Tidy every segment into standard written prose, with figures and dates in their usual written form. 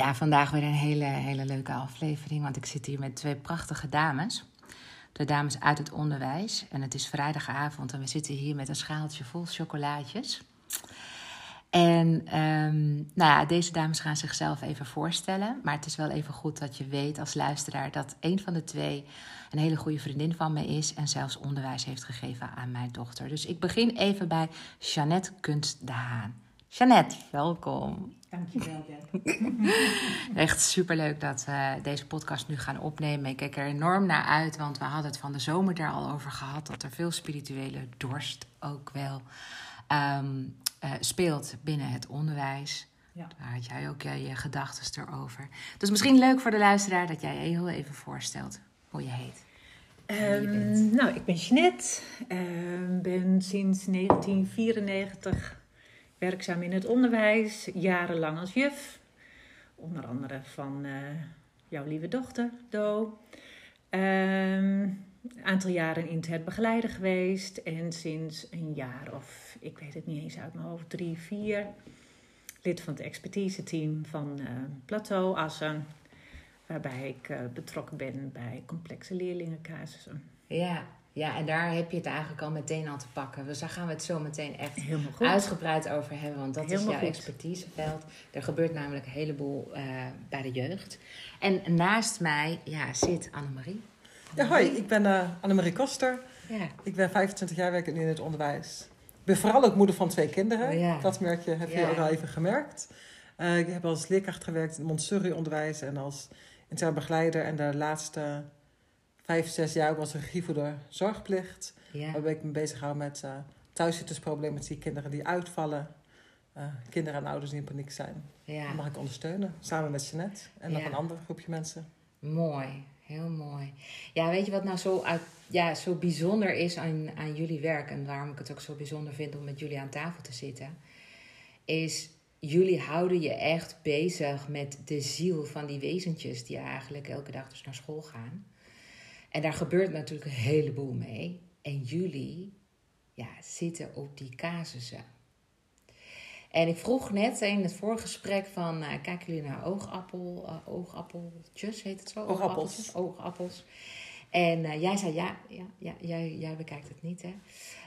Ja, vandaag weer een hele leuke aflevering, want ik zit hier met twee prachtige dames. Twee dames uit het onderwijs. En het is vrijdagavond en we zitten hier met een schaaltje vol chocolaatjes. En deze dames gaan zichzelf even voorstellen. Maar het is wel even goed dat je weet als luisteraar dat een van de twee een hele goede vriendin van me is en zelfs onderwijs heeft gegeven aan mijn dochter. Dus ik begin even bij Jeannette Kunst de Haan. Jeannette, welkom. Dankjewel, Deb. Echt superleuk dat we deze podcast nu gaan opnemen. Ik kijk er enorm naar uit, want we hadden het van de zomer daar al over gehad, dat er veel spirituele dorst ook wel speelt binnen het onderwijs. Ja. Daar had jij ook je gedachten erover. Dus misschien leuk voor de luisteraar dat jij je heel even voorstelt hoe je heet. Ik ben Jeannette. Ben sinds 1994 werkzaam in het onderwijs. Jarenlang als juf. Onder andere van jouw lieve dochter, Do. Een aantal jaren intern begeleider geweest. En sinds een jaar of, ik weet het niet eens uit mijn hoofd, 3, 4... lid van het expertise-team van Plateau Assen. Waarbij ik betrokken ben bij complexe leerlingencasussen. Ja, en daar heb je het eigenlijk al meteen aan te pakken. Dus daar gaan we het zo meteen echt Helemaal goed. uitgebreid over hebben. Want dat Helemaal is jouw goed. expertiseveld. Er gebeurt namelijk een heleboel bij de jeugd. En naast mij zit Annemarie. Ja, hoi, ik ben Annemarie Koster. Ja. Ik ben 25 jaar werkend nu in het onderwijs. Ik ben vooral ook moeder van 2 kinderen. Oh ja. Dat heb je ook al even gemerkt. Ik heb als leerkracht gewerkt in het Montessori-onderwijs en als intern begeleider. En de laatste 5, 6 jaar ook als regievoerder zorgplicht. Ja. Waarbij ik me bezig hou met thuiszittersproblematiek, kinderen die uitvallen. Kinderen en ouders die in paniek zijn. Ja. Dat mag ik ondersteunen, samen met Jeannette en nog een ander groepje mensen. Mooi, heel mooi. Ja, weet je wat nou zo bijzonder is aan jullie werk en waarom ik het ook zo bijzonder vind om met jullie aan tafel te zitten, is jullie houden je echt bezig met de ziel van die wezentjes die eigenlijk elke dag dus naar school gaan. En daar gebeurt natuurlijk een heleboel mee. En jullie zitten op die casussen. En ik vroeg net in het voorgesprek van, kijken jullie naar oogappeltjes, heet het zo? Oogappels. En jij zei jij bekijkt het niet, hè?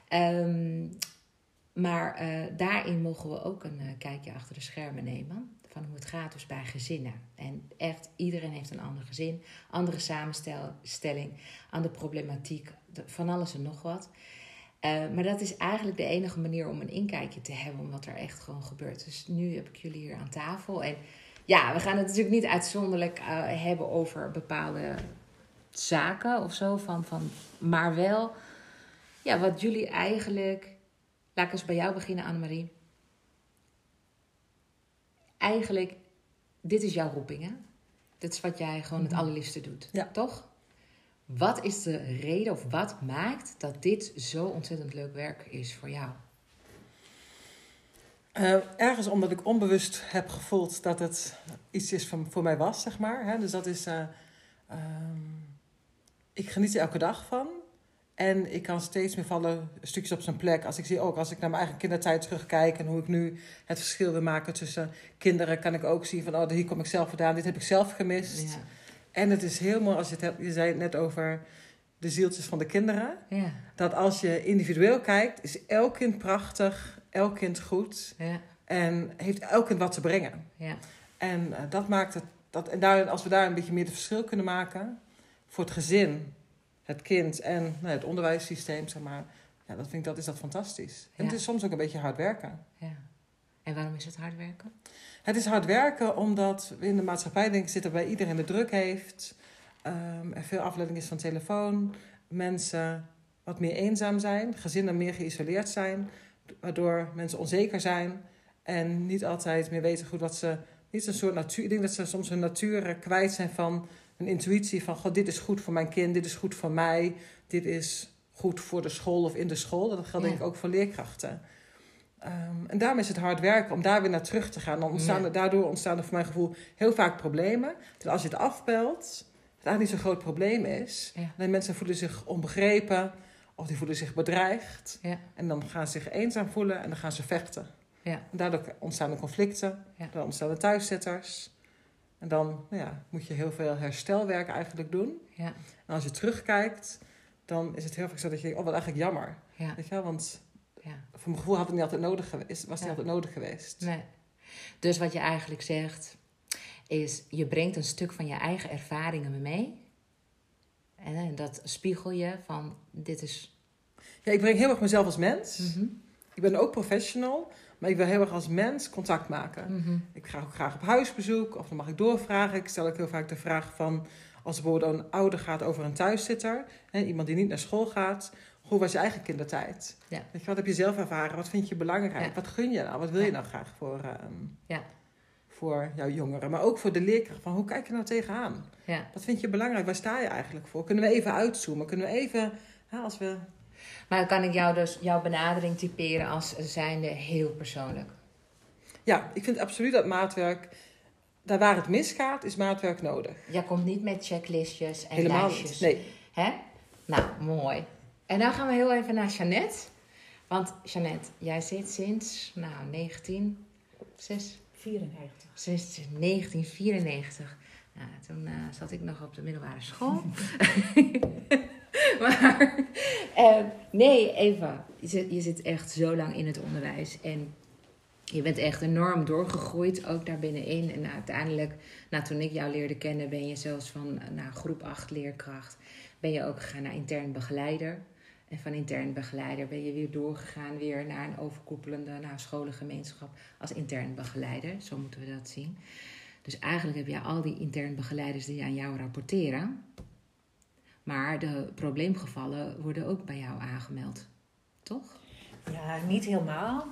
Maar daarin mogen we ook een kijkje achter de schermen nemen. Van hoe het gaat dus bij gezinnen. En echt, iedereen heeft een ander gezin. Andere samenstelling. Andere problematiek. Van alles en nog wat. Maar dat is eigenlijk de enige manier om een inkijkje te hebben. Om wat er echt gewoon gebeurt. Dus nu heb ik jullie hier aan tafel. En ja, we gaan het natuurlijk niet uitzonderlijk hebben over bepaalde zaken of zo. Maar wel wat jullie eigenlijk. Laat ik eens bij jou beginnen, Annemarie. Eigenlijk, dit is jouw roeping, hè? Dit is wat jij gewoon het allerliefste doet, toch? Wat is de reden of wat maakt dat dit zo ontzettend leuk werk is voor jou? Ergens omdat ik onbewust heb gevoeld dat het iets is voor mij was, zeg maar. Hè? Dus dat is... ik geniet er elke dag van. En ik kan steeds meer vallen stukjes op zijn plek. Als ik naar mijn eigen kindertijd terugkijk en hoe ik nu het verschil wil maken tussen kinderen, kan ik ook zien van, hier kom ik zelf vandaan, dit heb ik zelf gemist. Ja. En het is heel mooi als je het hebt, je zei het net over de zieltjes van de kinderen. Ja. Dat als je individueel kijkt, is elk kind prachtig, elk kind goed. Ja. En heeft elk kind wat te brengen. Ja. En dat maakt het, als we daar een beetje meer het verschil kunnen maken voor het gezin, het kind en het onderwijssysteem, zeg maar. Ja, dat is dat fantastisch. En het is soms ook een beetje hard werken. Ja. En waarom is het hard werken? Het is hard werken omdat we in de maatschappij denk ik zitten waar iedereen de druk heeft. Er veel afleiding is van telefoon. Mensen wat meer eenzaam zijn. Gezinnen meer geïsoleerd zijn. Waardoor mensen onzeker zijn. En niet altijd meer weten goed wat ze... Niet een soort natuur. Ik denk dat ze soms hun natuur kwijt zijn van een intuïtie van, God, dit is goed voor mijn kind, dit is goed voor mij, dit is goed voor de school of in de school. Dat geldt denk ik ook voor leerkrachten. En daarom is het hard werken om daar weer naar terug te gaan. Daardoor ontstaan er voor mijn gevoel heel vaak problemen. Terwijl als je het afbelt, het eigenlijk niet zo'n groot probleem is. Ja. En mensen voelen zich onbegrepen of die voelen zich bedreigd. Ja. En dan gaan ze zich eenzaam voelen en dan gaan ze vechten. Ja. En daardoor ontstaan er conflicten, dan ontstaan er thuiszitters. En dan moet je heel veel herstelwerk eigenlijk doen. Ja. En als je terugkijkt, dan is het heel vaak zo dat je denkt, wat eigenlijk jammer. Ja. Weet je wel? Want Ja. voor mijn gevoel had het niet altijd nodig geweest. Was het niet altijd nodig geweest. Nee. Dus wat je eigenlijk zegt, is je brengt een stuk van je eigen ervaringen mee. En dat spiegel je van, dit is... Ja, ik breng heel erg mezelf als mens. Mm-hmm. Ik ben ook professional, maar ik wil heel erg als mens contact maken. Mm-hmm. Ik ga ook graag op huisbezoek, of dan mag ik doorvragen. Ik stel ook heel vaak de vraag van, als bijvoorbeeld een ouder gaat over een thuiszitter, iemand die niet naar school gaat, hoe was je eigen kindertijd? Ja. Weet je, wat heb je zelf ervaren? Wat vind je belangrijk? Ja. Wat gun je nou? Wat wil je nou graag voor jouw jongeren? Maar ook voor de leerkracht, van hoe kijk je nou tegenaan? Ja. Wat vind je belangrijk? Waar sta je eigenlijk voor? Kunnen we even uitzoomen? Kunnen we even, als we... Maar kan ik jou dus jouw benadering typeren als zijnde heel persoonlijk? Ja, ik vind absoluut dat maatwerk, daar waar het misgaat, is maatwerk nodig. Jij komt niet met checklistjes en Helemaal lijstjes. niet, nee. Hè? Nou, mooi. En dan gaan we heel even naar Jeannette. Want Jeannette, jij zit sinds 1994. Nou, toen zat ik nog op de middelbare school. Maar nee, Eva, je zit echt zo lang in het onderwijs. En je bent echt enorm doorgegroeid, ook daar binnenin. En uiteindelijk, toen ik jou leerde kennen, ben je zelfs van groep 8 leerkracht, ben je ook gegaan naar intern begeleider. En van intern begeleider ben je weer doorgegaan weer naar een overkoepelende scholengemeenschap als intern begeleider. Zo moeten we dat zien. Dus eigenlijk heb je al die intern begeleiders die aan jou rapporteren. Maar de probleemgevallen worden ook bij jou aangemeld. Toch? Ja, niet helemaal.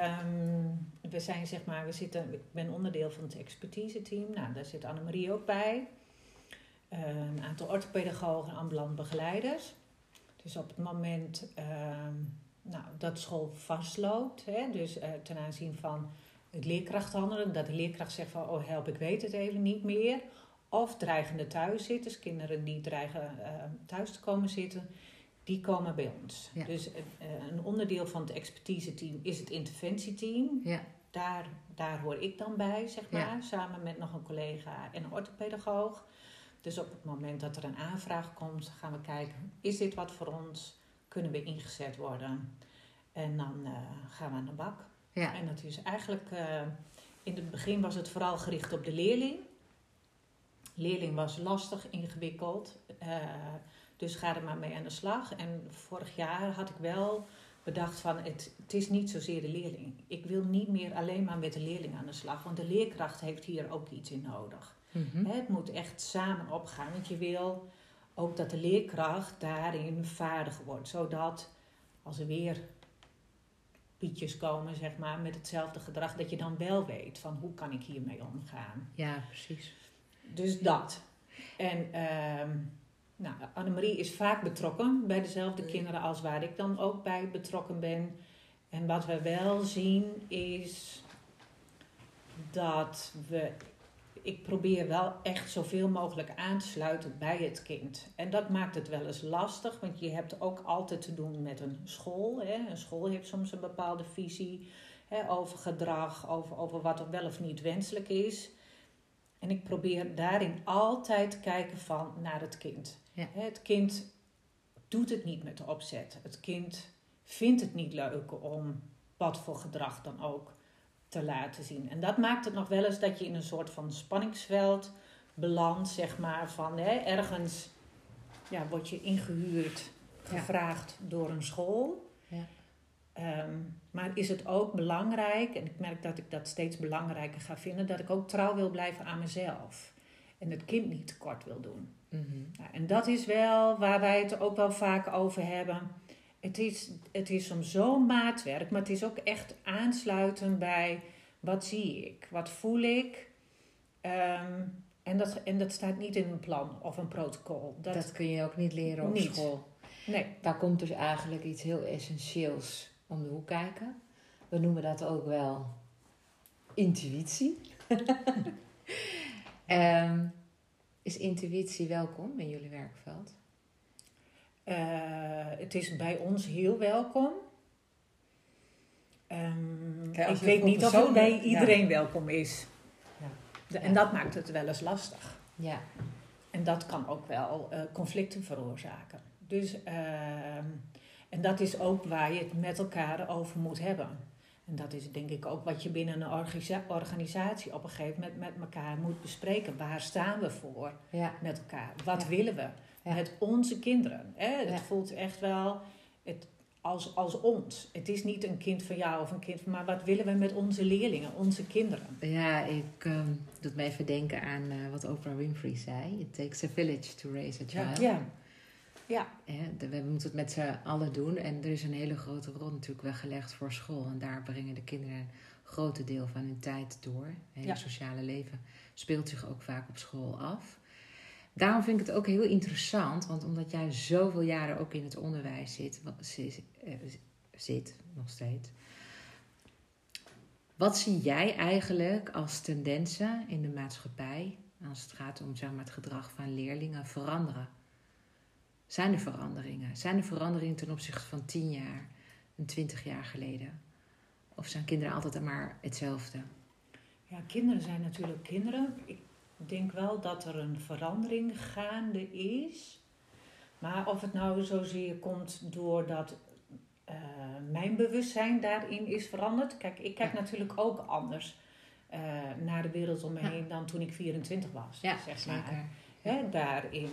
We zijn ik ben onderdeel van het expertise-team. Nou, daar zit Annemarie ook bij. Een aantal orthopedagogen en ambulant begeleiders. Dus op het moment dat school vastloopt, dus ten aanzien van het leerkrachthandelen, dat de leerkracht zegt van, oh help, ik weet het even niet meer. Of dreigende thuiszitters, kinderen die dreigen thuis te komen zitten, die komen bij ons. Ja. Dus een onderdeel van het expertise-team is het interventieteam. Ja. Daar hoor ik dan bij, zeg maar, Ja. samen met nog een collega en een orthopedagoog. Dus op het moment dat er een aanvraag komt, gaan we kijken, is dit wat voor ons? Kunnen we ingezet worden? En dan gaan we aan de bak. Ja. En dat is eigenlijk, in het begin was het vooral gericht op de leerling. Leerling was lastig, ingewikkeld. Dus ga er maar mee aan de slag. En vorig jaar had ik wel bedacht van, het is niet zozeer de leerling. Ik wil niet meer alleen maar met de leerling aan de slag. Want de leerkracht heeft hier ook iets in nodig. Mm-hmm. Het moet echt samen opgaan. Want je wil ook dat de leerkracht daarin vaardig wordt. Zodat als er weer pietjes komen, zeg maar, met hetzelfde gedrag, dat je dan wel weet van, hoe kan ik hiermee omgaan. Ja, precies. Dus dat. En Annemarie is vaak betrokken bij dezelfde kinderen als waar ik dan ook bij betrokken ben. En wat we wel zien is dat ik probeer wel echt zoveel mogelijk aan te sluiten bij het kind. En dat maakt het wel eens lastig, want je hebt ook altijd te doen met een school. Hè. Een school heeft soms een bepaalde visie over gedrag, over wat er wel of niet wenselijk is. En ik probeer daarin altijd te kijken naar het kind. Ja. Het kind doet het niet met de opzet. Het kind vindt het niet leuk om wat voor gedrag dan ook te laten zien. En dat maakt het nog wel eens dat je in een soort van spanningsveld belandt, zeg maar, van ergens word je ingehuurd, gevraagd door een school. Ja. Maar is het ook belangrijk, en ik merk dat ik dat steeds belangrijker ga vinden, dat ik ook trouw wil blijven aan mezelf. En het kind niet tekort wil doen. Mm-hmm. En dat is wel waar wij het ook wel vaak over hebben. Het is soms zo'n maatwerk, maar het is ook echt aansluiten bij wat zie ik, wat voel ik. En dat staat niet in een plan of een protocol. Dat kun je ook niet leren op niet. school. Nee. Daar komt dus eigenlijk iets heel essentieels om de hoek kijken. We noemen dat ook wel intuïtie. Is intuïtie welkom in jullie werkveld? Het is bij ons heel welkom. Kijk, ik weet niet of het bij iedereen welkom is. En dat maakt het wel eens lastig. Ja. En dat kan ook wel conflicten veroorzaken. Dus, en dat is ook waar je het met elkaar over moet hebben. En dat is denk ik ook wat je binnen een organisatie op een gegeven moment met elkaar moet bespreken. Waar staan we voor met elkaar? Wat willen we met onze kinderen? Het voelt echt wel als ons. Het is niet een kind van jou of een kind van... Maar wat willen we met onze leerlingen, onze kinderen? Ja, ik doet me even denken aan wat Oprah Winfrey zei. It takes a village to raise a child. Ja. We moeten het met z'n allen doen. En er is een hele grote rol natuurlijk weggelegd voor school. En daar brengen de kinderen een groot deel van hun tijd door. Het hele sociale leven speelt zich ook vaak op school af. Daarom vind ik het ook heel interessant. Want omdat jij zoveel jaren ook in het onderwijs zit nog steeds. Wat zie jij eigenlijk als tendensen in de maatschappij... als het gaat om zeg maar, het gedrag van leerlingen veranderen? Zijn er veranderingen? Zijn er veranderingen ten opzichte van 10 jaar en 20 jaar geleden? Of zijn kinderen altijd maar hetzelfde? Ja, kinderen zijn natuurlijk kinderen. Ik denk wel dat er een verandering gaande is. Maar of het nou zozeer komt doordat mijn bewustzijn daarin is veranderd. Kijk, ik kijk natuurlijk ook anders naar de wereld om me heen dan toen ik 24 was. Ja, zeg maar. Daarin.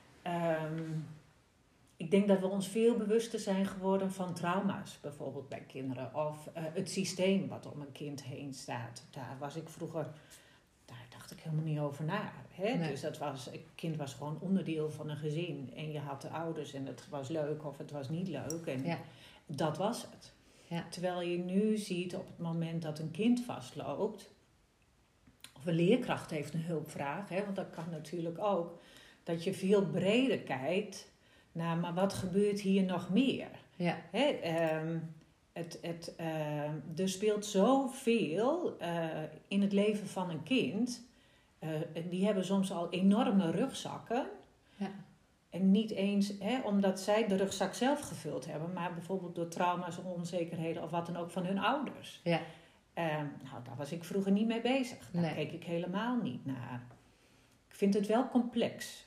Ik denk dat we ons veel bewuster zijn geworden van trauma's, bijvoorbeeld bij kinderen. Of het systeem wat om een kind heen staat. Daar dacht ik helemaal niet over na. Nee. Dus een kind was gewoon onderdeel van een gezin. En je had de ouders en het was leuk of het was niet leuk. En dat was het. Ja. Terwijl je nu ziet op het moment dat een kind vastloopt... of een leerkracht heeft een hulpvraag. Want dat kan natuurlijk ook. Dat je veel breder kijkt... Nou, maar wat gebeurt hier nog meer? Ja. Er speelt zoveel in het leven van een kind. Die hebben soms al enorme rugzakken. Ja. En niet eens omdat zij de rugzak zelf gevuld hebben. Maar bijvoorbeeld door trauma's, onzekerheden of wat dan ook van hun ouders. Ja. Daar was ik vroeger niet mee bezig. Daar keek ik helemaal niet naar. Ik vind het wel complex.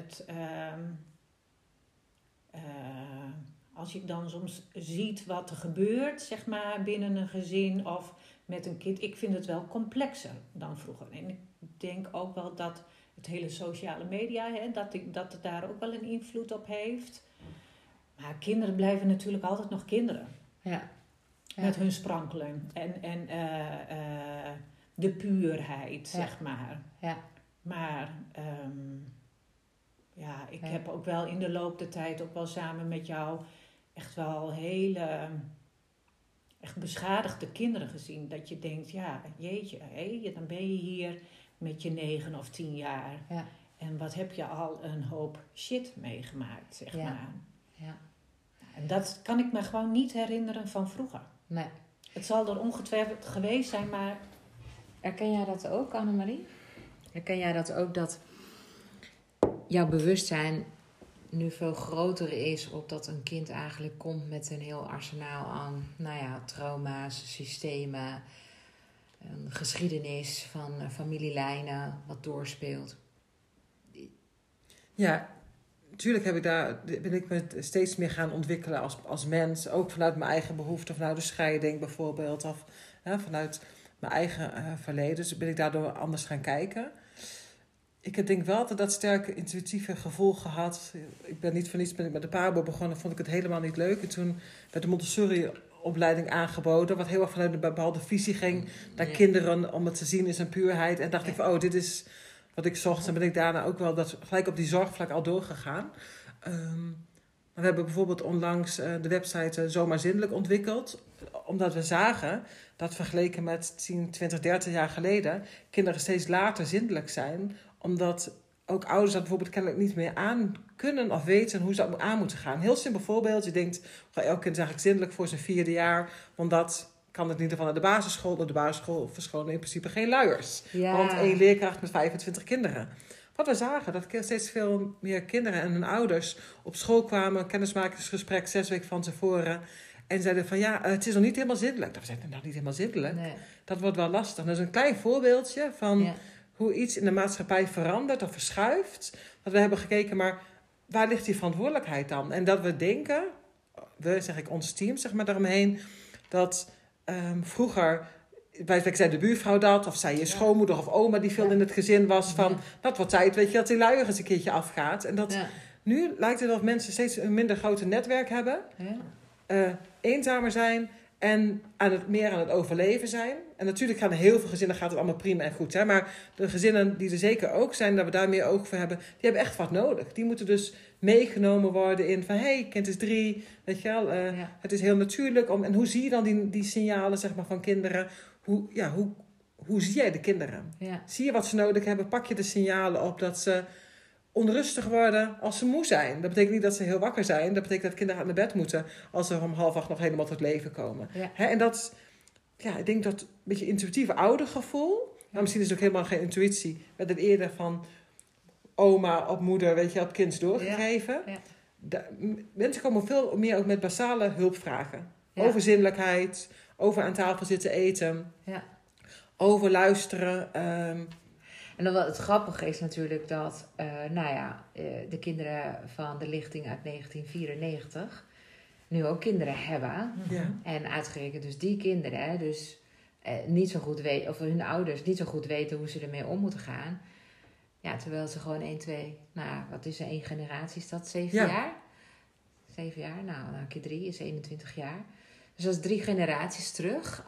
Als je dan soms ziet wat er gebeurt, zeg maar, binnen een gezin of met een kind. Ik vind het wel complexer dan vroeger. En ik denk ook wel dat het hele sociale media, dat het daar ook wel een invloed op heeft. Maar kinderen blijven natuurlijk altijd nog kinderen. Ja. Met hun sprankelen en de puurheid, zeg maar. Ja. Maar... ik heb ook wel in de loop der tijd ook wel samen met jou echt wel hele echt beschadigde kinderen gezien. Dat je denkt, ja, jeetje, dan ben je hier met je 9 of 10 jaar. Ja. En wat heb je al een hoop shit meegemaakt, zeg maar. Ja. En dat kan ik me gewoon niet herinneren van vroeger. Nee. Het zal er ongetwijfeld geweest zijn, maar... Herken jij dat ook, Annemarie? Herken jij dat ook, dat jouw bewustzijn nu veel groter is op dat een kind eigenlijk komt met een heel arsenaal aan trauma's, systemen, een geschiedenis van familielijnen wat doorspeelt? Ja, natuurlijk ben ik me steeds meer gaan ontwikkelen als mens. Ook vanuit mijn eigen behoeften, vanuit de scheiding bijvoorbeeld. Of vanuit mijn eigen verleden. Dus ben ik daardoor anders gaan kijken. Ik denk wel dat sterke intuïtieve gevoel gehad. Ik ben niet voor niets met de PABO begonnen. Vond ik het helemaal niet leuk. En toen werd de Montessori-opleiding aangeboden. Wat heel erg vanuit een bepaalde visie ging. Naar kinderen, om het te zien in zijn puurheid. En dacht ik van, dit is wat ik zocht. En ben ik daarna ook wel gelijk op die zorgvlak al doorgegaan. We hebben bijvoorbeeld onlangs de website Zomaar Zindelijk ontwikkeld. Omdat we zagen dat vergeleken met 10, 20, 30 jaar geleden... kinderen steeds later zindelijk zijn. Omdat ook ouders dat bijvoorbeeld kennelijk niet meer aan kunnen of weten hoe ze dat aan moeten gaan. Heel simpel voorbeeld. Je denkt, elk kind is eigenlijk zindelijk voor zijn 4e jaar. Want dat kan het in ieder geval naar de basisschool. Op de basisschool verschonen in principe geen luiers. Ja. Want 1 leerkracht met 25 kinderen. Wat we zagen, dat steeds veel meer kinderen en hun ouders op school kwamen. Kennismakingsgesprek 6 weken van tevoren. En zeiden van het is nog niet helemaal zindelijk. Dat we zeiden, nog niet helemaal zindelijk. Nee. Dat wordt wel lastig. Dat is een klein voorbeeldje van hoe iets in de maatschappij verandert of verschuift. Dat we hebben gekeken, maar waar ligt die verantwoordelijkheid dan? En dat we denken, ons team, daaromheen, dat vroeger, zei de buurvrouw dat, of zei je schoonmoeder of oma die veel in het gezin was, van dat wordt tijd, dat die luier eens een keertje afgaat. En dat nu lijkt het of mensen steeds een minder grote netwerk hebben, eenzamer zijn en meer aan het overleven zijn. En natuurlijk gaan heel veel gezinnen gaat het allemaal prima en goed. Hè? Maar de gezinnen die er zeker ook zijn, dat we daar meer oog voor hebben, die hebben echt wat nodig. Die moeten dus meegenomen worden in van, kind is 3, weet je wel. Het is heel natuurlijk. En hoe zie je dan die signalen van kinderen? Hoe zie jij de kinderen? Ja. Zie je wat ze nodig hebben? Pak je de signalen op dat ze onrustig worden als ze moe zijn. Dat betekent niet dat ze heel wakker zijn. Dat betekent dat kinderen naar bed moeten als ze om 7:30 nog helemaal tot leven komen. Ja. En dat, ik denk dat een beetje intuïtieve oudergevoel. Maar misschien is het ook helemaal geen intuïtie. Werd het eerder van oma op moeder, op kind doorgegeven. Ja. Ja. Mensen komen veel meer ook met basale hulpvragen. Ja. Over zinnelijkheid, over aan tafel zitten eten, over luisteren. En dan wat het grappige is natuurlijk dat, de kinderen van de lichting uit 1994 nu ook kinderen hebben. Ja. En uitgerekend dus die kinderen niet zo goed weten, of hun ouders niet zo goed weten hoe ze ermee om moeten gaan. Ja, terwijl ze gewoon 1 generatie is dat? 7 jaar? 7 jaar? Een keer 3 is 21 jaar. Dus dat is 3 generaties terug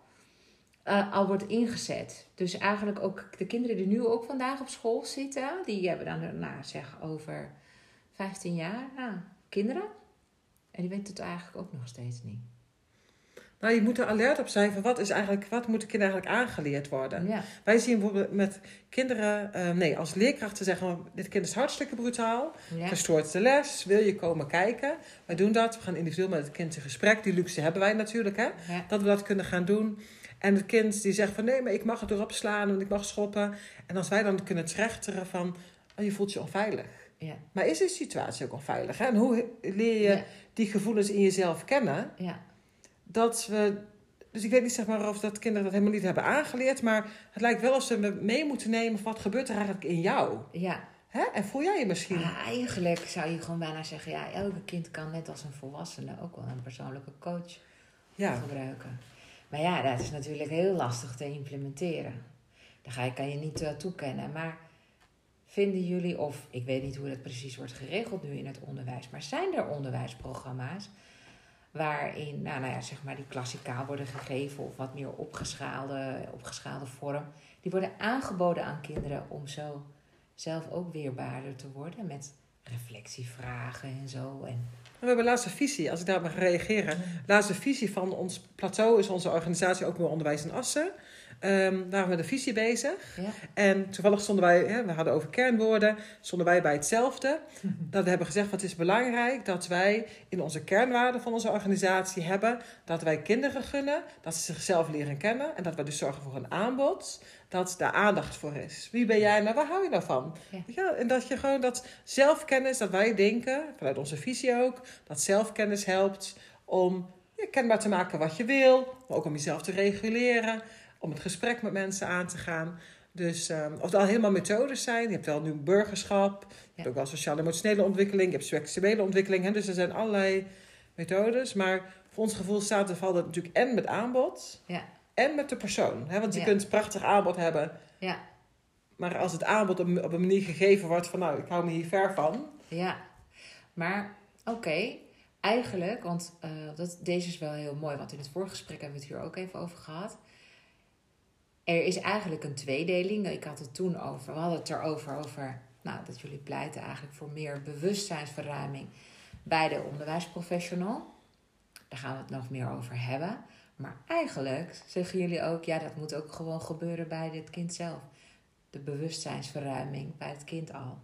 al wordt ingezet. Dus eigenlijk ook de kinderen die nu ook vandaag op school zitten, die hebben dan, over 15 jaar kinderen. En die weten het eigenlijk ook nog steeds niet. Nou, je moet er alert op zijn van wat moet de kinderen eigenlijk aangeleerd worden. Ja. Wij zien bijvoorbeeld met kinderen, als leerkrachten zeggen, dit kind is hartstikke brutaal, verstoort de les, wil je komen kijken? Wij doen dat, we gaan individueel met het kind in gesprek, die luxe hebben wij natuurlijk, hè? Ja. Dat we dat kunnen gaan doen. En het kind die zegt van nee, maar ik mag het erop slaan en ik mag schoppen. En als wij dan kunnen trechteren van, je voelt je onveilig. Ja. Maar is de situatie ook onveilig? Hè? En hoe leer je die gevoelens in jezelf kennen? Ja. Dus ik weet niet of dat kinderen dat helemaal niet hebben aangeleerd. Maar het lijkt wel alsof ze mee moeten nemen van wat gebeurt er eigenlijk in jou. Ja. Hè? En voel jij je misschien? Eigenlijk zou je gewoon bijna zeggen, elke kind kan net als een volwassene ook wel een persoonlijke coach gebruiken. Maar dat is natuurlijk heel lastig te implementeren. Daar kan je niet toekennen. Maar vinden jullie, of ik weet niet hoe dat precies wordt geregeld nu in het onderwijs, maar zijn er onderwijsprogramma's waarin die klassikaal worden gegeven of wat meer opgeschaalde vorm, die worden aangeboden aan kinderen om zo zelf ook weerbaarder te worden met reflectievragen en zo. We hebben laatste visie, als ik daar mag reageren. Laatste visie van ons plateau is onze organisatie Ook Meer Onderwijs in Assen. Waren we met de visie bezig. Ja. En toevallig stonden wij, we hadden over kernwoorden, stonden wij bij hetzelfde. Dat we hebben gezegd, wat is belangrijk dat wij in onze kernwaarden van onze organisatie hebben, dat wij kinderen gunnen, dat ze zichzelf leren kennen en dat we dus zorgen voor een aanbod, dat daar aandacht voor is. Wie ben jij nou, waar hou je nou van? Ja, en dat je gewoon dat zelfkennis, dat wij denken, vanuit onze visie ook, dat zelfkennis helpt om kenbaar te maken wat je wil, maar ook om jezelf te reguleren, om het gesprek met mensen aan te gaan. Dus of het al helemaal methodes zijn. Je hebt wel nu burgerschap. Je hebt ook wel sociaal-emotionele ontwikkeling. Je hebt seksuele ontwikkeling. Hè? Dus er zijn allerlei methodes. Maar voor ons gevoel valt het natuurlijk en met aanbod. En met de persoon. Hè? Want je kunt een prachtig aanbod hebben. Ja. Maar als het aanbod op een manier gegeven wordt van ik hou me hier ver van. Ja, maar oké. Eigenlijk, want deze is wel heel mooi. Want in het voorgesprek hebben we het hier ook even over gehad. Er is eigenlijk een tweedeling. Ik had het toen over, we hadden het erover dat jullie pleiten eigenlijk voor meer bewustzijnsverruiming bij de onderwijsprofessional. Daar gaan we het nog meer over hebben. Maar eigenlijk zeggen jullie ook, dat moet ook gewoon gebeuren bij het kind zelf. De bewustzijnsverruiming bij het kind al.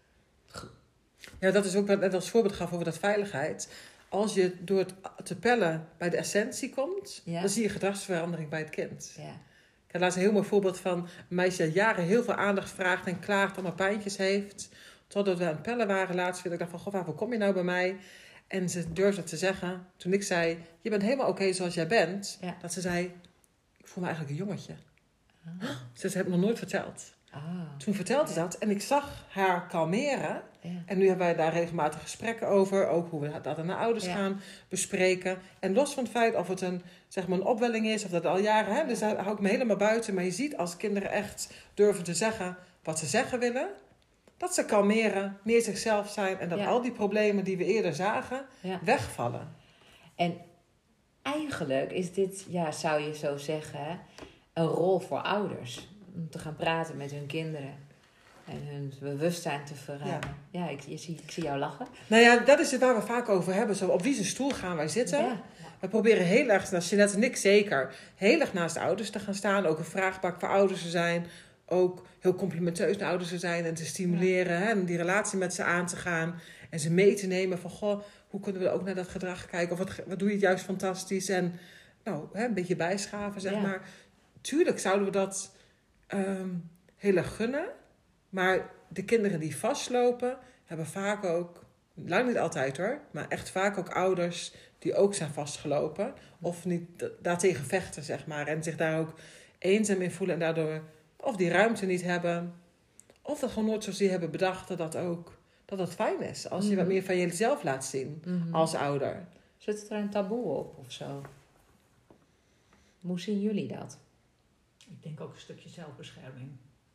Ja, dat is ook wat net als voorbeeld gaf over dat veiligheid. Als je door het te pellen bij de essentie komt, dan zie je gedragsverandering bij het kind. Ja. Ik had laatst een heel mooi voorbeeld van een meisje dat jaren heel veel aandacht vraagt en klaagt, allemaal pijntjes heeft. Totdat we aan het pellen waren laatst. Ik dacht van, waarvoor kom je nou bij mij? En ze durfde te zeggen, toen ik zei, je bent helemaal oké zoals jij bent. Ja. Dat ze zei, ik voel me eigenlijk een jongetje. Ze heeft me nog nooit verteld. Toen vertelde ze dat en ik zag haar kalmeren. Ja. En nu hebben wij daar regelmatig gesprekken over. Ook hoe we dat aan de ouders gaan bespreken. En los van het feit of het een opwelling is, of dat al jaren. Hè, dus daar hou ik me helemaal buiten. Maar je ziet als kinderen echt durven te zeggen wat ze zeggen willen. Dat ze kalmeren, meer zichzelf zijn. En dat al die problemen die we eerder zagen, wegvallen. En eigenlijk is dit, zou je zo zeggen, een rol voor ouders. Om te gaan praten met hun kinderen. En hun bewustzijn te verruimen. Ja, ik zie jou lachen. Nou ja, dat is het waar we vaak over hebben. Zo, op wie zijn stoel gaan wij zitten? Ja. We proberen heel erg, als Jeanette en ik zeker, heel erg naast de ouders te gaan staan. Ook een vraagbak voor ouders te zijn. Ook heel complimenteus naar ouders te zijn en te stimuleren. Hè, en die relatie met ze aan te gaan. En ze mee te nemen van, goh, hoe kunnen we ook naar dat gedrag kijken? Of wat doe je het juist fantastisch? En een beetje bijschaven, zeg maar. Tuurlijk zouden we dat heel erg gunnen. Maar de kinderen die vastlopen, hebben vaak ook, lang niet altijd hoor, maar echt vaak ook ouders die ook zijn vastgelopen. Of niet daartegen vechten, zeg maar. En zich daar ook eenzaam in voelen en daardoor of die ruimte niet hebben. Of dat gewoon nooit zozeer hebben bedacht dat het fijn is. Als je wat meer van jezelf laat zien als ouder. Zit er een taboe op of zo? Hoe zien jullie dat? Ik denk ook een stukje zelfbescherming.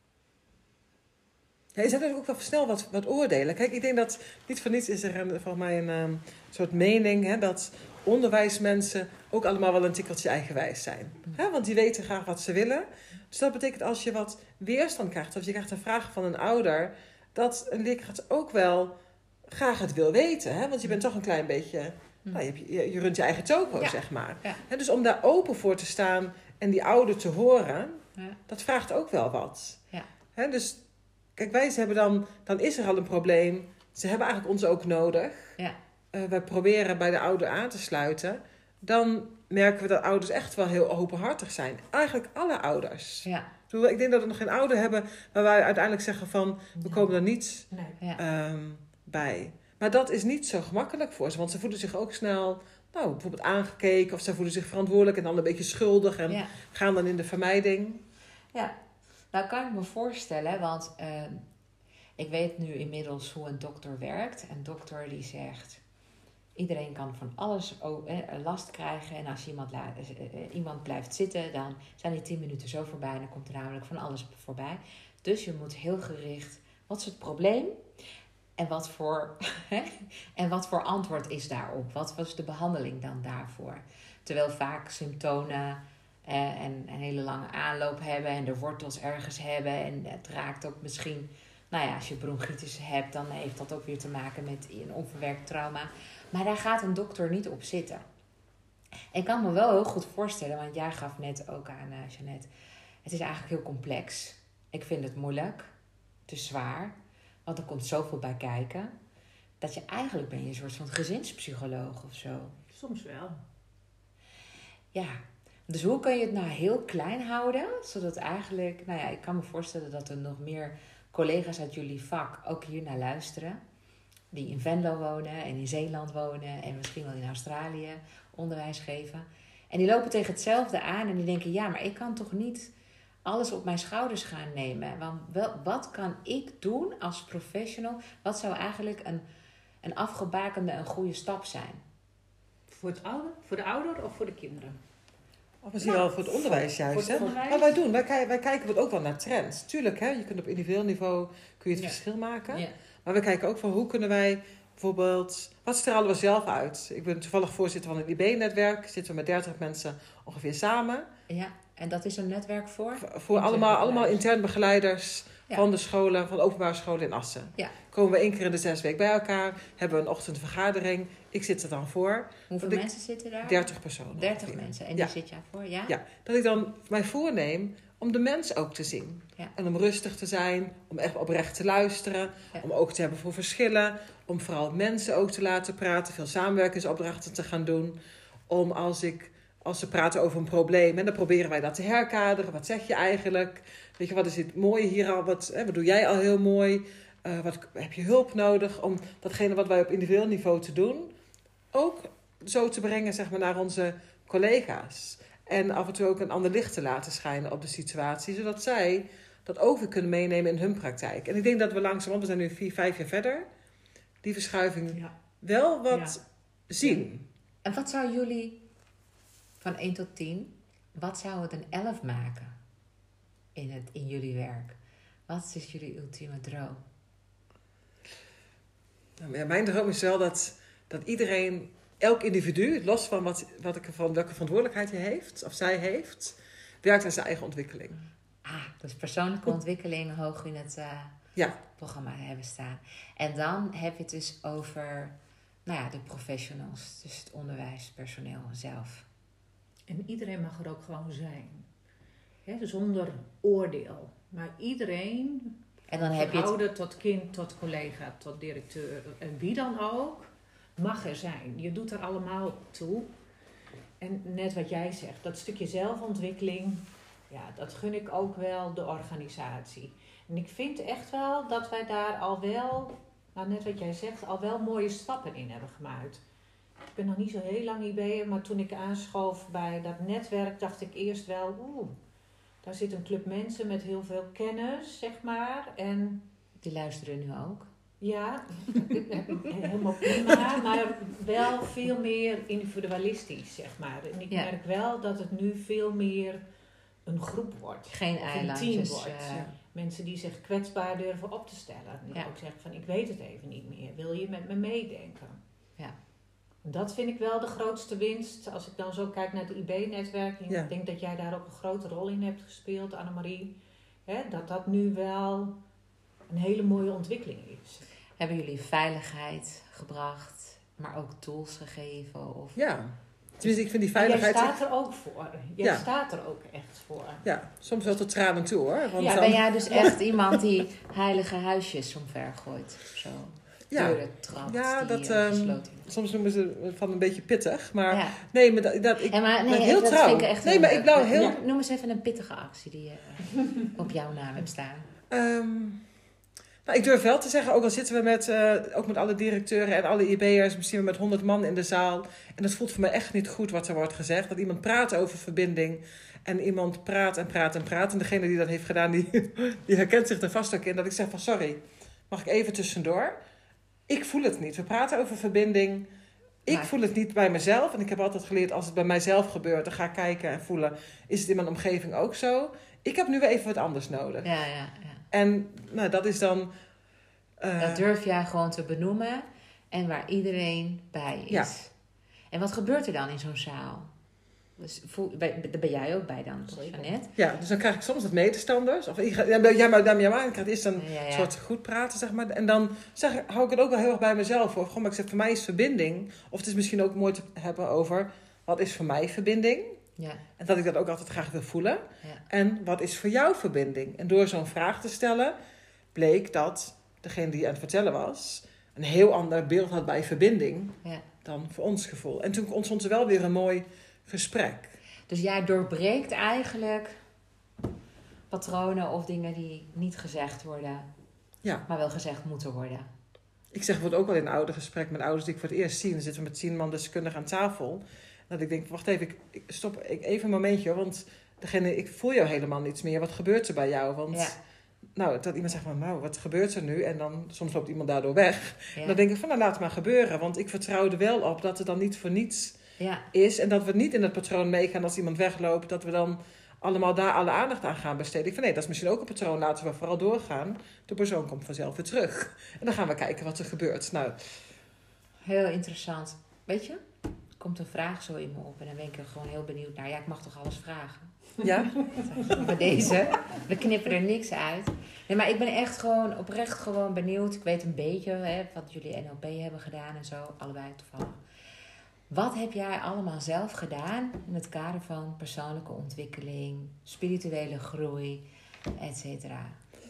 Ja, je zet er ook wel snel wat oordelen. Kijk, ik denk dat niet voor niets is er volgens mij een soort mening, hè, dat onderwijsmensen ook allemaal wel een tikkeltje eigenwijs zijn. Hè, want die weten graag wat ze willen. Dus dat betekent als je wat weerstand krijgt, of je krijgt een vraag van een ouder, dat een leerkracht ook wel graag het wil weten. Hè? Want je bent toch een klein beetje, je runt je eigen toko, zeg maar. Ja. Hè, dus om daar open voor te staan en die ouder te horen, dat vraagt ook wel wat. Ja. Hè, dus kijk, wij hebben dan is er al een probleem. Ze hebben eigenlijk ons ook nodig. Ja. Wij proberen bij de ouder aan te sluiten. Dan merken we dat ouders echt wel heel openhartig zijn. Eigenlijk alle ouders. Ja. Ik denk dat we nog geen ouder hebben waar wij uiteindelijk zeggen van, we komen er niet bij. Maar dat is niet zo gemakkelijk voor ze. Want ze voelen zich ook snel bijvoorbeeld aangekeken. Of ze voelen zich verantwoordelijk en dan een beetje schuldig. En gaan dan in de vermijding. Ja, nou kan ik me voorstellen. Want ik weet nu inmiddels hoe een dokter werkt. Een dokter die zegt, iedereen kan van alles last krijgen. En als iemand blijft zitten, dan zijn die 10 minuten zo voorbij. En dan komt er namelijk van alles voorbij. Dus je moet heel gericht, wat is het probleem? En wat voor antwoord is daarop? Wat was de behandeling dan daarvoor? Terwijl vaak symptomen en een hele lange aanloop hebben. En de wortels ergens hebben. En het raakt ook misschien, als je bronchitis hebt, dan heeft dat ook weer te maken met een onverwerkt trauma. Maar daar gaat een dokter niet op zitten. Ik kan me wel heel goed voorstellen, want jij gaf net ook aan, Jeanette. Het is eigenlijk heel complex. Ik vind het moeilijk. Het is zwaar. Want er komt zoveel bij kijken. Dat je eigenlijk ben je een soort van gezinspsycholoog of zo. Soms wel. Ja. Dus hoe kun je het nou heel klein houden? Zodat eigenlijk, ik kan me voorstellen dat er nog meer collega's uit jullie vak ook hier naar luisteren. Die in Venlo wonen en in Zeeland wonen en misschien wel in Australië onderwijs geven. En die lopen tegen hetzelfde aan en die denken, maar ik kan toch niet alles op mijn schouders gaan nemen. Want wat kan ik doen als professional? Wat zou eigenlijk een afgebakende, een goede stap zijn? Voor de ouder of voor de kinderen? Of misschien wel voor het onderwijs juist. Voor het onderwijs. Wat wij doen, wij kijken ook wel naar trends. Tuurlijk, je kunt op individueel niveau kun je het verschil maken. Ja. Maar we kijken ook van hoe kunnen wij bijvoorbeeld, wat stralen we zelf uit? Ik ben toevallig voorzitter van het IB-netwerk. Zitten we met 30 mensen ongeveer samen. Ja, en dat is een netwerk voor? Voor allemaal intern begeleiders van de scholen, van de openbare scholen in Assen. Ja. Komen we 1 keer in de 6 weken bij elkaar. Hebben we een ochtendvergadering. Ik zit er dan voor. Hoeveel mensen zitten daar? 30 personen. 30 ongeveer. Mensen. En die zit jij voor, ja? Ja, dat ik dan mij voorneem om de mens ook te zien. Ja. En om rustig te zijn, om echt oprecht te luisteren. Ja. Om oog te hebben voor verschillen. Om vooral mensen ook te laten praten. Veel samenwerkingsopdrachten te gaan doen. Om als ze praten over een probleem, en dan proberen wij dat te herkaderen. Wat zeg je eigenlijk? Weet je, wat is het mooie hier al? Wat doe jij al heel mooi? Wat heb je hulp nodig om datgene wat wij op individueel niveau te doen, ook zo te brengen, zeg maar, naar onze collega's. En af en toe ook een ander licht te laten schijnen op de situatie, zodat zij dat ook weer kunnen meenemen in hun praktijk. En ik denk dat we langzaam, we zijn nu 4-5 jaar verder, die verschuiving wel wat zien. En wat zou jullie, van 1 tot 10, wat zou het een 11 maken in jullie werk? Wat is jullie ultieme droom? Nou, ja, mijn droom is wel dat iedereen, elk individu, los van welke verantwoordelijkheid hij heeft, of zij heeft, werkt aan zijn eigen ontwikkeling. Dus persoonlijke ontwikkeling hoog in het programma hebben staan. En dan heb je het dus over de professionals, dus het onderwijspersoneel zelf. En iedereen mag er ook gewoon zijn. Zonder oordeel. Maar iedereen, en dan heb je ouder tot kind, tot collega, tot directeur en wie dan ook, mag er zijn. Je doet er allemaal toe. En net wat jij zegt, dat stukje zelfontwikkeling, dat gun ik ook wel de organisatie. En ik vind echt wel dat wij daar al wel, net wat jij zegt, al wel mooie stappen in hebben gemaakt. Ik ben nog niet zo heel lang IB'er, maar toen ik aanschoof bij dat netwerk, dacht ik eerst wel, daar zit een club mensen met heel veel kennis, zeg maar. En die luisteren nu ook. Ja, helemaal prima, maar wel veel meer individualistisch, zeg maar. En ik merk wel dat het nu veel meer een groep wordt. Geen eilandjes. Een team wordt. Mensen die zich kwetsbaar durven op te stellen. Die ook zeggen van, ik weet het even niet meer. Wil je met me meedenken? Ja. Dat vind ik wel de grootste winst. Als ik dan zo kijk naar het IB-netwerk. En ik denk dat jij daar ook een grote rol in hebt gespeeld, Annemarie. Dat nu wel een hele mooie ontwikkeling is. Hebben jullie veiligheid gebracht, maar ook tools gegeven? Of... Ja, tenminste ik vind die veiligheid... Jij staat er ook voor. Jij staat er ook echt voor. Ja, soms wel tot tranen toe hoor. Want ben jij dus echt iemand die heilige huisjes omver gooit? Zo. Deuren trapt, soms noemen ze van een beetje pittig, maar ja. Nee, maar ik ben heel trouw. Vind ik echt nee, maar ik blauw heel. Ja, noem eens even een pittige actie die je op jouw naam hebt staan. Ik durf wel te zeggen, ook al zitten we ook met alle directeuren en alle IB'ers, misschien met 100 man in de zaal, en het voelt voor mij echt niet goed wat er wordt gezegd, dat iemand praat over verbinding en iemand praat en degene die dat heeft gedaan, die herkent zich er vast ook in, dat ik zeg van sorry, mag ik even tussendoor? Ik voel het niet. We praten over verbinding. Ik voel het niet bij mezelf. En ik heb altijd geleerd, als het bij mijzelf gebeurt, dan ga ik kijken en voelen, is het in mijn omgeving ook zo? Ik heb nu weer even wat anders nodig. Ja. En dat is dan... dat durf jij gewoon te benoemen en waar iedereen bij is. Ja. En wat gebeurt er dan in zo'n zaal? Dus daar ben jij ook bij dan, toch, Jeanette? Ja, dus dan krijg ik soms wat medestanders. Of ik krijg eerst een soort goed praten, zeg maar. En dan hou ik het ook wel heel erg bij mezelf voor. Gewoon, maar ik zeg, voor mij is verbinding. Of het is misschien ook mooi te hebben over, wat is voor mij verbinding? Ja. En dat ik dat ook altijd graag wil voelen. Ja. En wat is voor jou verbinding? En door zo'n vraag te stellen, bleek dat degene die aan het vertellen was, een heel ander beeld had bij verbinding dan voor ons gevoel. En toen ontstond er wel weer een mooi gesprek. Dus jij doorbreekt eigenlijk patronen of dingen die niet gezegd worden, maar wel gezegd moeten worden. Ik zeg bijvoorbeeld ook wel in een oudergesprek met ouders die ik voor het eerst zie. Dan zitten we met 10 man deskundigen aan tafel. Dat ik denk, wacht even, ik stop even een momentje. Want ik voel jou helemaal niets meer. Wat gebeurt er bij jou? Want dat iemand zegt van, wat gebeurt er nu? En dan soms loopt iemand daardoor weg. Ja. Dan denk ik van, laat het maar gebeuren. Want ik vertrouw er wel op dat het dan niet voor niets is. En dat we niet in het patroon meegaan als iemand wegloopt. Dat we dan allemaal daar alle aandacht aan gaan besteden. Ik vind, nee, dat is misschien ook een patroon. Laten we vooral doorgaan. De persoon komt vanzelf weer terug. En dan gaan we kijken wat er gebeurt. Heel interessant. Weet je, er komt een vraag zo in me op. En dan ben ik er gewoon heel benieuwd naar. Ja, ik mag toch alles vragen? Ja? Bij deze. We knippen er niks uit. Nee, maar ik ben echt gewoon oprecht benieuwd. Ik weet een beetje wat jullie NLP hebben gedaan en zo. Allebei toevallig. Wat heb jij allemaal zelf gedaan in het kader van persoonlijke ontwikkeling, spirituele groei, et cetera?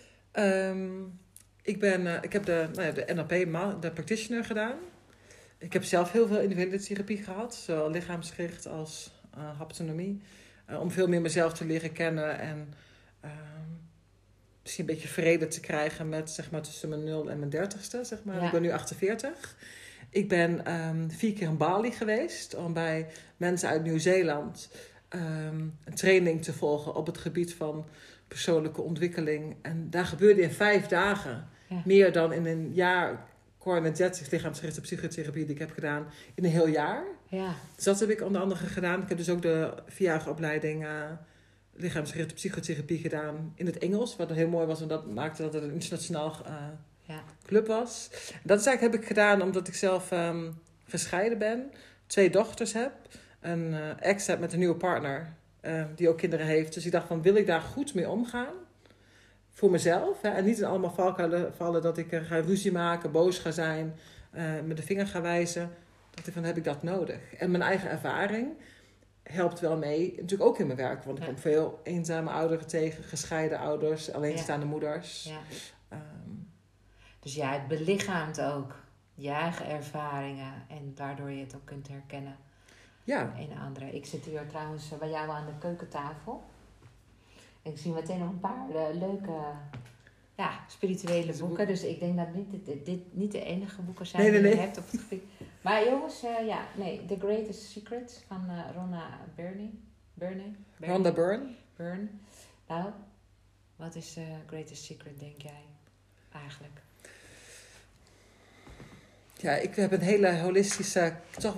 Ik heb de NLP, de practitioner gedaan. Ik heb zelf heel veel individuele therapie gehad, zowel lichaamsgericht als haptonomie. Om veel meer mezelf te leren kennen en misschien een beetje vrede te krijgen met, zeg maar, tussen mijn 0 en mijn 30ste, zeg maar. Ja. Ik ben nu 48. Ik ben 4 keer in Bali geweest om bij mensen uit Nieuw-Zeeland een training te volgen op het gebied van persoonlijke ontwikkeling. En daar gebeurde in 5 dagen meer dan in een jaar Core Energetics, lichaamsgerichte psychotherapie die ik heb gedaan in een heel jaar. Ja. Dus dat heb ik onder andere gedaan. Ik heb dus ook de 4-jarige opleiding lichaamsgerichte psychotherapie gedaan in het Engels. Wat heel mooi was, en dat maakte dat het een internationaal club was. Dat is eigenlijk heb ik gedaan omdat ik zelf gescheiden ben. 2 dochters heb. Een ex heb met een nieuwe partner die ook kinderen heeft. Dus ik dacht van, wil ik daar goed mee omgaan? Voor mezelf. Hè? En niet in allemaal valkuilen vallen dat ik ga ruzie maken, boos ga zijn, met de vinger ga wijzen. Dacht ik van, heb ik dat nodig? En mijn eigen ervaring helpt wel mee. Natuurlijk ook in mijn werk. Want ik kom veel eenzame ouderen tegen, gescheiden ouders, alleenstaande moeders. Ja. Dus ja, het belichaamt ook je eigen ervaringen. En waardoor je het ook kunt herkennen in anderen. Ik zit hier trouwens bij jou aan de keukentafel. En ik zie meteen nog een paar leuke spirituele boeken. Dus ik denk dat dit niet de enige boeken zijn die je hebt op het gebied. Maar jongens, The Greatest Secret van Rhonda Byrne. Nou, wat is Greatest Secret, denk jij eigenlijk? Ja, ik heb een hele holistische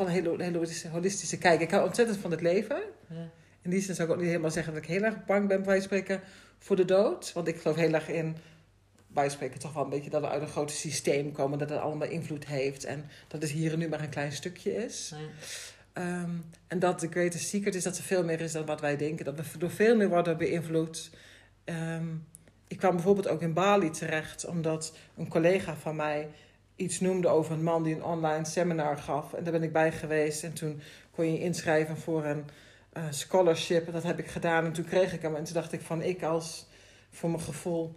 kijk. Ik hou ontzettend van het leven. Ja. In die zin zou ik ook niet helemaal zeggen dat ik heel erg bang ben, bij spreken, voor de dood. Want ik geloof heel erg in, bij spreken, toch wel een beetje dat we uit een groot systeem komen. Dat het allemaal invloed heeft. En dat het hier en nu maar een klein stukje is. Ja. En dat de greatest secret is dat er veel meer is dan wat wij denken. Dat we door veel meer worden beïnvloed. Ik kwam bijvoorbeeld ook in Bali terecht, omdat een collega van mij iets noemde over een man die een online seminar gaf. En daar ben ik bij geweest. En toen kon je inschrijven voor een scholarship. En dat heb ik gedaan. En toen kreeg ik hem. En toen dacht ik van, voor mijn gevoel,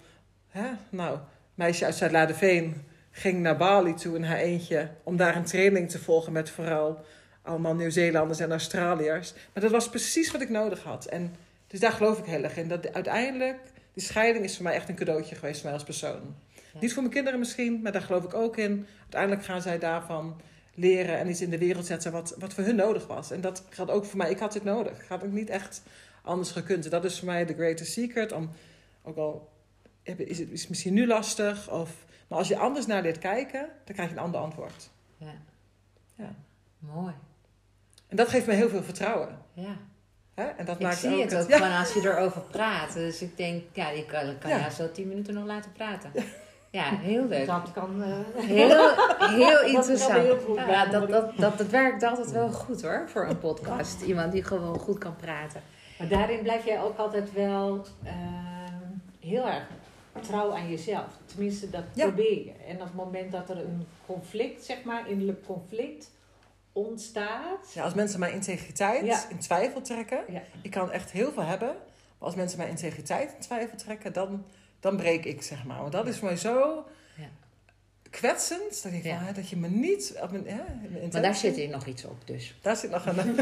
meisje uit Zuid-Laarderveen ging naar Bali toe in haar eentje om daar een training te volgen met vooral allemaal Nieuw-Zeelanders en Australiërs. Maar dat was precies wat ik nodig had. En dus daar geloof ik heel erg in. Dat uiteindelijk, die scheiding is voor mij echt een cadeautje geweest voor mij als persoon. Ja. Niet voor mijn kinderen misschien, maar daar geloof ik ook in. Uiteindelijk gaan zij daarvan leren en iets in de wereld zetten wat voor hun nodig was. En dat geldt ook voor mij. Ik had dit nodig. Ik had ook niet echt anders gekund. Dat is voor mij the greatest secret. Ook al is het misschien nu lastig. Maar als je anders naar dit kijken, dan krijg je een ander antwoord. Ja. Mooi. En dat geeft me heel veel vertrouwen. Ja. Hè? En dat ik maakt zie ook het ook gewoon als je erover praat. Dus ik denk, die kan jou zo 10 minuten nog laten praten. Ja, heel leuk. Dat kan heel interessant. Heel goed. Dat werkt altijd wel goed hoor, voor een podcast. Iemand die gewoon goed kan praten. Maar daarin blijf jij ook altijd wel heel erg trouw aan jezelf. Tenminste, dat probeer je. En op het moment dat er een conflict, zeg maar, innerlijk conflict ontstaat. Ja, als mensen mijn integriteit in twijfel trekken. Ja. Ik kan echt heel veel hebben. Maar als mensen mijn integriteit in twijfel trekken, dan breek ik, zeg maar. Want dat is voor mij zo kwetsend. Dat ik van, dat je me niet... Maar daar zit hier nog iets op, dus. Daar zit nog een...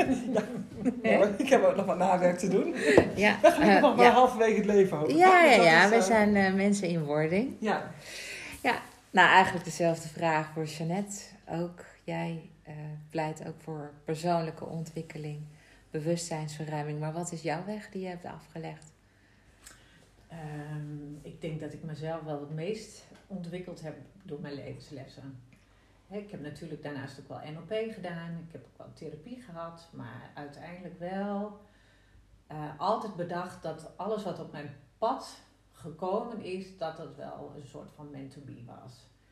ik heb ook nog wat nawerk te doen. Ja. We gaan nog maar halverwege het leven houden. We zijn mensen in wording. Ja. Ja, nou eigenlijk dezelfde vraag voor Jeanette. Ook jij pleit ook voor persoonlijke ontwikkeling, bewustzijnsverruiming. Maar wat is jouw weg die je hebt afgelegd? Ik denk dat ik mezelf wel het meest ontwikkeld heb door mijn levenslessen. Ik heb natuurlijk daarnaast ook wel NLP gedaan. Ik heb ook wel therapie gehad. Maar uiteindelijk wel altijd bedacht dat alles wat op mijn pad gekomen is, dat het wel een soort van meant to be was.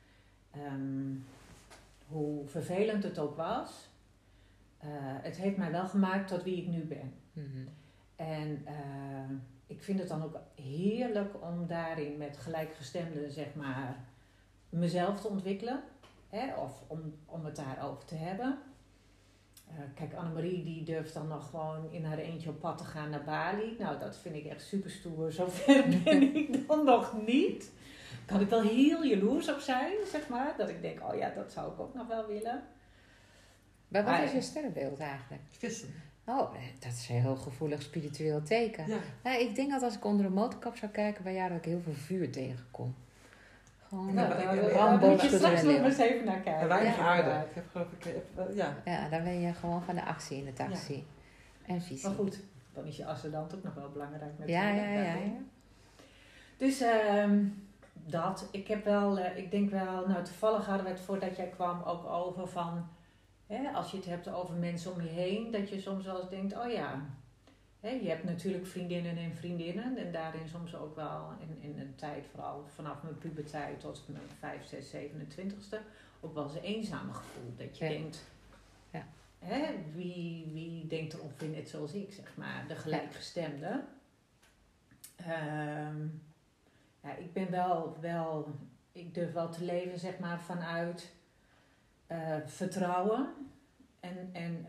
Hoe vervelend het ook was, het heeft mij wel gemaakt tot wie ik nu ben. Mm-hmm. En ik vind het dan ook heerlijk om daarin met gelijkgestemden, zeg maar, mezelf te ontwikkelen. Of om het daarover te hebben. Kijk, Annemarie die durft dan nog gewoon in haar eentje op pad te gaan naar Bali. Nou, dat vind ik echt super stoer. Zover ben ik dan nog niet. Kan ik wel heel jaloers op zijn, zeg maar. Dat ik denk, dat zou ik ook nog wel willen. Maar wat is je sterrenbeeld eigenlijk? Vissen. Oh, dat is een heel gevoelig spiritueel teken. Ja. Ik denk dat als ik onder een motorkap zou kijken bij jou, dat ik heel veel vuur tegenkom. Gewoon daar moet je straks nog eens even naar kijken. Weinig aarde. Ja, dan ben je gewoon van de actie in de taxi. En visie. Maar goed, dan is je ascendant ook nog wel belangrijk Ja. natuurlijk. Dus dat. Ik heb wel, ik denk wel, nou toevallig hadden we het voordat jij kwam ook over van, als je het hebt over mensen om je heen, dat je soms wel eens denkt, oh ja, je hebt natuurlijk vriendinnen en vriendinnen en daarin soms ook wel in een tijd, vooral vanaf mijn puberteit tot mijn 5, 6, 27ste, ook wel eens een eenzame gevoel. Dat je denkt, wie denkt er ongeveer net zoals ik, zeg maar, de gelijkgestemde. Ik ben wel, ik durf wel te leven, zeg maar, vanuit vertrouwen en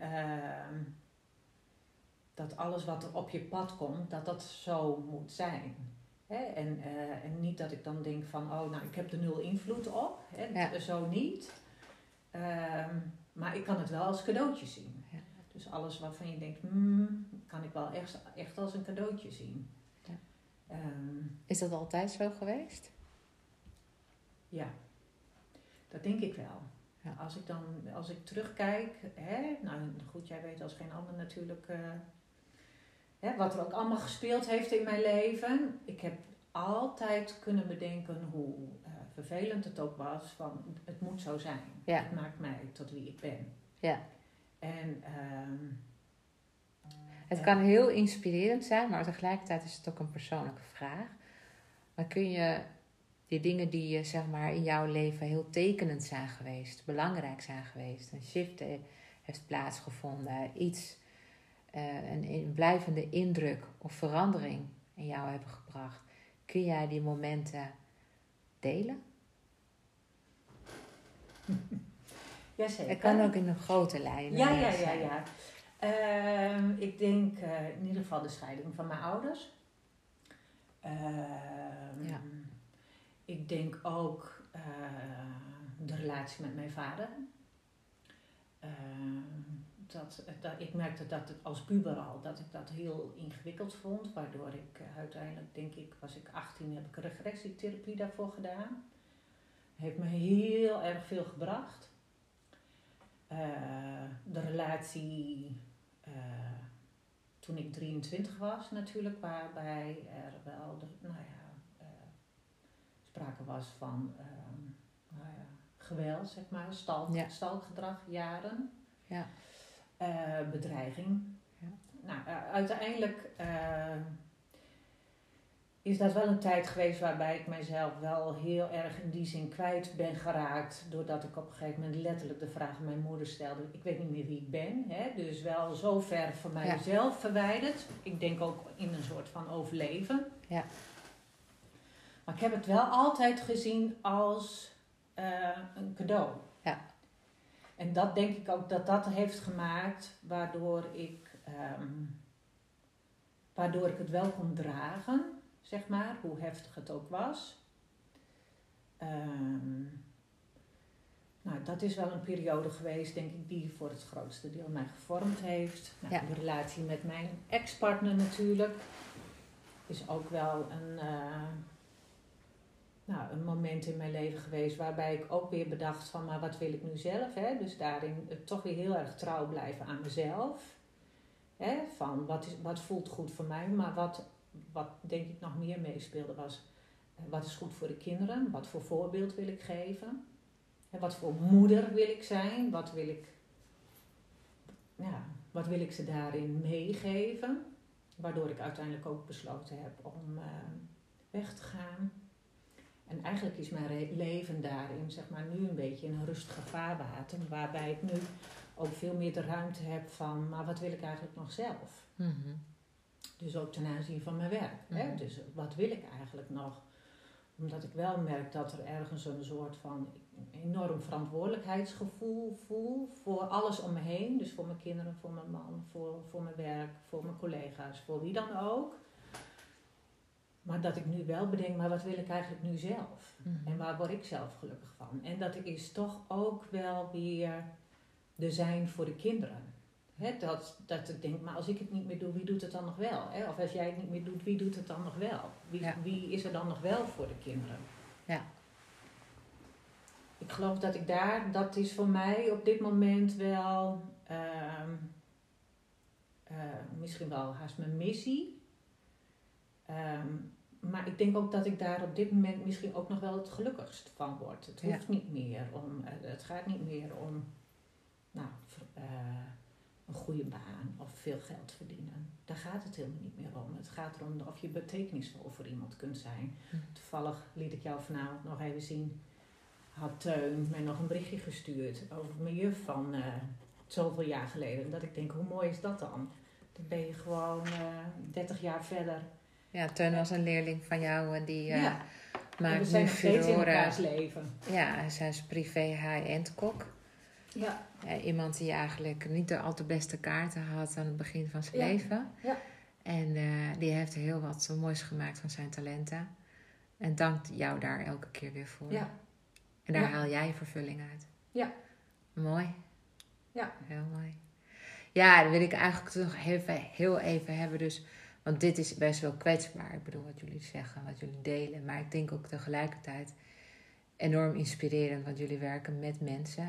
dat alles wat er op je pad komt, dat zo moet zijn. En niet dat ik dan denk van, oh, nou, ik heb er 0 invloed op. Zo niet. Maar ik kan het wel als cadeautje zien. Ja. Dus alles waarvan je denkt, kan ik wel echt als een cadeautje zien. Ja. Is dat altijd zo geweest? Ja, dat denk ik wel. Ja. Als ik terugkijk, nou goed, jij weet als geen ander natuurlijk wat er ook allemaal gespeeld heeft in mijn leven. Ik heb altijd kunnen bedenken hoe vervelend het ook was, van het moet zo zijn. Ja. Het maakt mij tot wie ik ben. Ja. En het kan heel inspirerend zijn, maar tegelijkertijd is het ook een persoonlijke vraag. Maar kun je die dingen die zeg maar in jouw leven heel tekenend zijn geweest, belangrijk zijn geweest, een shift heeft plaatsgevonden, iets, een blijvende indruk of verandering in jou hebben gebracht, kun jij die momenten delen? Jazeker. Het kan ook in een grote lijn. Ja. Ik denk in ieder geval de scheiding van mijn ouders. Ik denk ook de relatie met mijn vader. Ik merkte dat het als puber al, dat ik dat heel ingewikkeld vond. Waardoor ik uiteindelijk, denk ik, was ik 18, heb ik regressietherapie daarvoor gedaan. Heeft me heel erg veel gebracht. De relatie toen ik 23 was natuurlijk, waarbij er wel sprake was van geweld, zeg maar, stalkgedrag, jaren, bedreiging. Ja. Nou, uiteindelijk is dat wel een tijd geweest waarbij ik mijzelf wel heel erg in die zin kwijt ben geraakt. Doordat ik op een gegeven moment letterlijk de vraag aan mijn moeder stelde. Ik weet niet meer wie ik ben. Dus wel zo ver van mijzelf verwijderd. Ik denk ook in een soort van overleven. Ja. Maar ik heb het wel altijd gezien als een cadeau. Ja. En dat denk ik ook dat heeft gemaakt waardoor ik het wel kon dragen. Zeg maar, hoe heftig het ook was. Dat is wel een periode geweest, denk ik, die voor het grootste deel mij gevormd heeft. De relatie met mijn ex-partner natuurlijk is ook wel een moment in mijn leven geweest waarbij ik ook weer bedacht van, maar wat wil ik nu zelf? Dus daarin toch weer heel erg trouw blijven aan mezelf. Van wat voelt goed voor mij, maar wat denk ik nog meer meespeelde was, wat is goed voor de kinderen? Wat voor voorbeeld wil ik geven? Wat voor moeder wil ik zijn? Wat wil ik ze daarin meegeven? Waardoor ik uiteindelijk ook besloten heb om weg te gaan. En eigenlijk is mijn leven daarin, zeg maar, nu een beetje in een rustige vaarwater. Waarbij ik nu ook veel meer de ruimte heb van, maar wat wil ik eigenlijk nog zelf? Mm-hmm. Dus ook ten aanzien van mijn werk. Mm-hmm. Dus wat wil ik eigenlijk nog? Omdat ik wel merk dat er ergens een soort van enorm verantwoordelijkheidsgevoel voel voor alles om me heen. Dus voor mijn kinderen, voor mijn man, voor mijn werk, voor mijn collega's, voor wie dan ook. Maar dat ik nu wel bedenk, maar wat wil ik eigenlijk nu zelf? Mm-hmm. En waar word ik zelf gelukkig van? En dat is toch ook wel weer er zijn voor de kinderen. Dat ik denk, maar als ik het niet meer doe, wie doet het dan nog wel? Of als jij het niet meer doet, wie doet het dan nog wel? Wie is er dan nog wel voor de kinderen? Ja. Ik geloof dat dat is voor mij op dit moment wel Misschien wel haast mijn missie. Maar ik denk ook dat ik daar op dit moment misschien ook nog wel het gelukkigst van word. Het hoeft niet meer om, het gaat niet meer om een goede baan of veel geld verdienen. Daar gaat het helemaal niet meer om. Het gaat erom of je betekenisvol voor iemand kunt zijn. Toevallig liet ik jou vanavond nog even zien. Had Teun mij nog een berichtje gestuurd over mijn juf van zoveel jaar geleden. Dat ik denk, hoe mooi is dat dan? Dan ben je gewoon 30 jaar verder. Ja, Teun was een leerling van jou en die maakt we zijn nu nog steeds in furoren. elkaars leven. Ja, zij is privé high-end kok. Ja. Iemand die eigenlijk niet de al te beste kaarten had aan het begin van zijn leven. Ja. En die heeft heel wat moois gemaakt van zijn talenten. En dankt jou daar elke keer weer voor. Ja. En daar haal jij vervulling uit. Ja. Mooi. Ja. Heel mooi. Ja, dan wil ik eigenlijk nog heel even hebben. Dus, want dit is best wel kwetsbaar. Ik bedoel, wat jullie zeggen, wat jullie delen. Maar ik denk ook tegelijkertijd enorm inspirerend. Want jullie werken met mensen.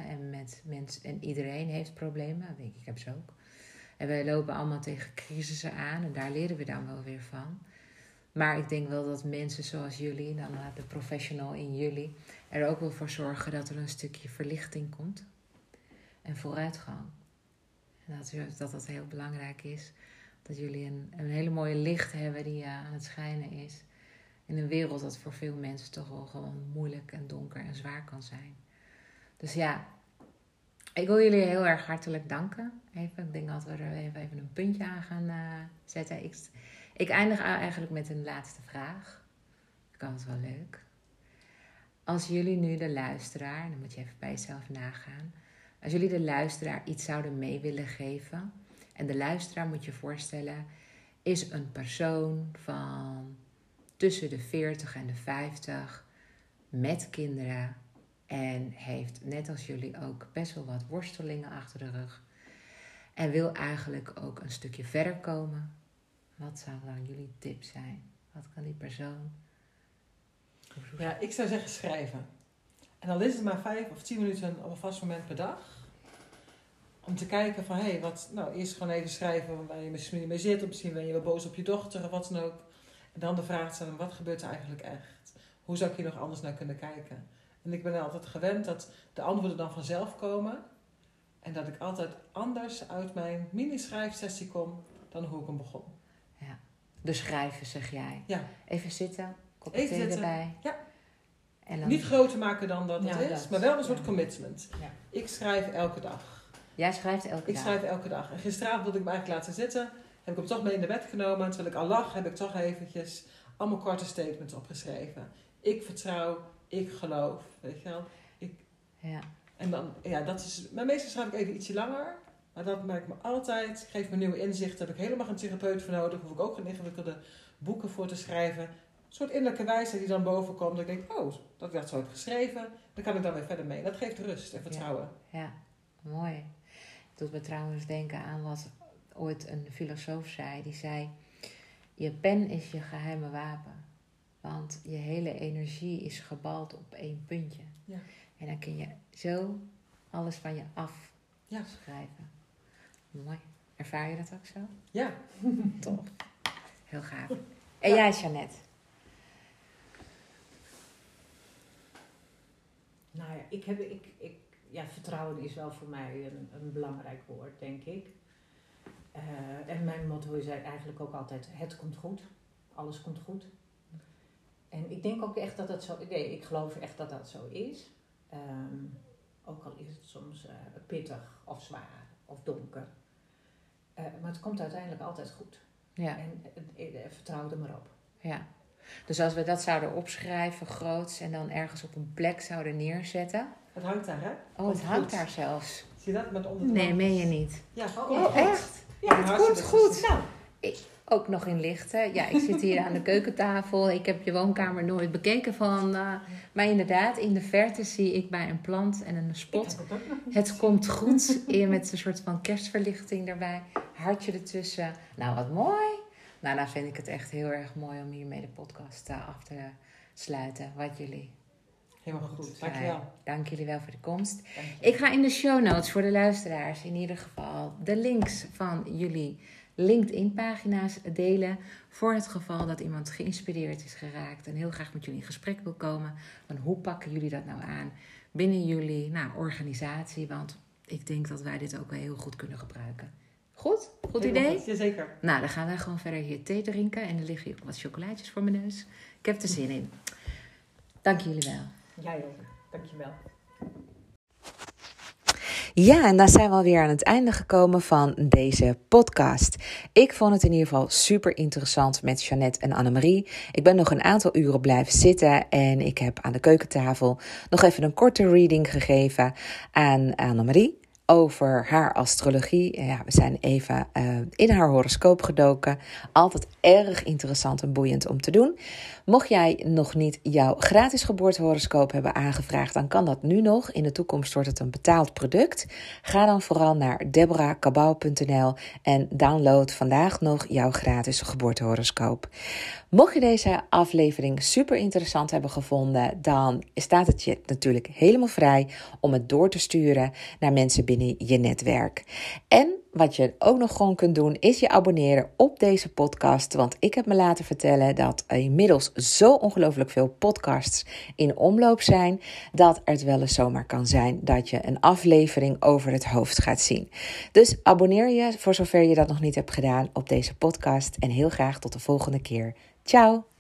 En iedereen heeft problemen. Dat denk ik, heb ze ook. En wij lopen allemaal tegen crisissen aan. En daar leren we dan wel weer van. Maar ik denk wel dat mensen zoals jullie, dan de professional in jullie, er ook wel voor zorgen dat er een stukje verlichting komt. En vooruitgang. En dat heel belangrijk is. Dat jullie een hele mooie licht hebben die aan het schijnen is. In een wereld dat voor veel mensen toch wel gewoon moeilijk en donker en zwaar kan zijn. Dus ja, ik wil jullie heel erg hartelijk danken. Ik denk dat we er even een puntje aan gaan zetten. Ik eindig eigenlijk met een laatste vraag. Ik kan het wel leuk. Als jullie nu de luisteraar, dan moet je even bij jezelf nagaan. Als jullie de luisteraar iets zouden mee willen geven. En de luisteraar, moet je voorstellen, is een persoon van tussen de 40 en de 50. Met kinderen. En heeft, net als jullie ook, best wel wat worstelingen achter de rug. En wil eigenlijk ook een stukje verder komen. Wat zou dan jullie tip zijn? Wat kan die persoon? Ja, ik zou zeggen schrijven. En dan is het maar 5 of 10 minuten op een vast moment per dag. Om te kijken van, eerst gewoon even schrijven waar je misschien mee zit. Of misschien ben je wel boos op je dochter of wat dan ook. En dan de vraag stellen, wat gebeurt er eigenlijk echt? Hoe zou ik hier nog anders naar kunnen kijken? En ik ben altijd gewend dat de antwoorden dan vanzelf komen. En dat ik altijd anders uit mijn mini-schrijfsessie kom dan hoe ik hem begon. Ja, dus schrijven zeg jij. Ja. Even zitten, kopje thee erbij. Ja. En dan... Niet groter maken dan dat het is, maar wel een soort ja. commitment. Ja. Ik schrijf elke dag. Jij schrijft elke dag? Ik schrijf elke dag. En gisteravond wilde ik me eigenlijk laten zitten. Heb ik hem toch mee in de bed genomen. Terwijl ik al lag, heb ik toch eventjes allemaal korte statements opgeschreven. Ik vertrouw, ik geloof, weet je wel. Ja. En dan, dat is, maar meestal schrijf ik even ietsje langer. Maar dat merkt me altijd, geeft me nieuwe inzichten. Heb ik helemaal geen therapeut voor nodig. Hoef ik ook geen ingewikkelde boeken voor te schrijven. Een soort innerlijke wijsheid die dan boven komt. Dat ik denk, dat werd zo geschreven. Daar kan ik dan weer verder mee. Dat geeft rust en vertrouwen. Ja, mooi. Het doet me trouwens denken aan wat ooit een filosoof zei. Die zei, je pen is je geheime wapen. Want je hele energie is gebald op 1 puntje. Ja. En dan kun je zo alles van je afschrijven. Mooi. Ervaar je dat ook zo? Ja. Tof. Heel gaaf. En jij, Jeannette? Nou ja, vertrouwen is wel voor mij een belangrijk woord, denk ik. En mijn motto is eigenlijk ook altijd, het komt goed. Alles komt goed. En ik denk ook echt dat dat zo... Nee, ik geloof echt dat dat zo is. Ook al is het soms pittig of zwaar of donker. Maar het komt uiteindelijk altijd goed. Ja. En vertrouw er maar op. Ja. Dus als we dat zouden opschrijven, groots, en dan ergens op een plek zouden neerzetten. Het hangt daar, hè? Oh, het hangt daar zelfs. Zie je dat met onder de Nee, wand? meen je niet. Ja, Echt? Ja, het komt goed. Nou, ook nog in lichten. Ja, ik zit hier aan de keukentafel. Ik heb je woonkamer nooit bekeken van. Maar inderdaad, in de verte zie ik bij een plant en een spot. Het komt goed. Met een soort van kerstverlichting erbij. Hartje ertussen. Nou, wat mooi. Nou, dan vind ik het echt heel erg mooi om hiermee de podcast af te sluiten. Wat jullie... Helemaal goed. Dankjewel. Dank jullie wel voor de komst. Dankjewel. Ik ga in de show notes voor de luisteraars in ieder geval de links van jullie LinkedIn-pagina's delen voor het geval dat iemand geïnspireerd is geraakt en heel graag met jullie in gesprek wil komen. Van hoe pakken jullie dat nou aan binnen jullie organisatie? Want ik denk dat wij dit ook wel heel goed kunnen gebruiken. Goed? Goed idee? Jazeker. Nou, dan gaan wij gewoon verder hier thee drinken en er liggen hier wat chocolaatjes voor mijn neus. Ik heb er zin in. Dank jullie wel. Jij ook. Dankjewel. Ja, en dan zijn we alweer aan het einde gekomen van deze podcast. Ik vond het in ieder geval super interessant met Jeanette en Annemarie. Ik ben nog een aantal uren blijven zitten en ik heb aan de keukentafel nog even een korte reading gegeven aan Annemarie over haar astrologie. Ja, we zijn even in haar horoscoop gedoken. Altijd erg interessant en boeiend om te doen. Mocht jij nog niet jouw gratis geboortehoroscoop hebben aangevraagd, dan kan dat nu nog. In de toekomst wordt het een betaald product. Ga dan vooral naar deborahkabau.nl en download vandaag nog jouw gratis geboortehoroscoop. Mocht je deze aflevering super interessant hebben gevonden, dan staat het je natuurlijk helemaal vrij om het door te sturen naar mensen binnen je netwerk. En wat je ook nog gewoon kunt doen, is je abonneren op deze podcast. Want ik heb me laten vertellen dat er inmiddels zo ongelooflijk veel podcasts in omloop zijn, dat het wel eens zomaar kan zijn dat je een aflevering over het hoofd gaat zien. Dus abonneer je, voor zover je dat nog niet hebt gedaan, op deze podcast. En heel graag tot de volgende keer. Ciao!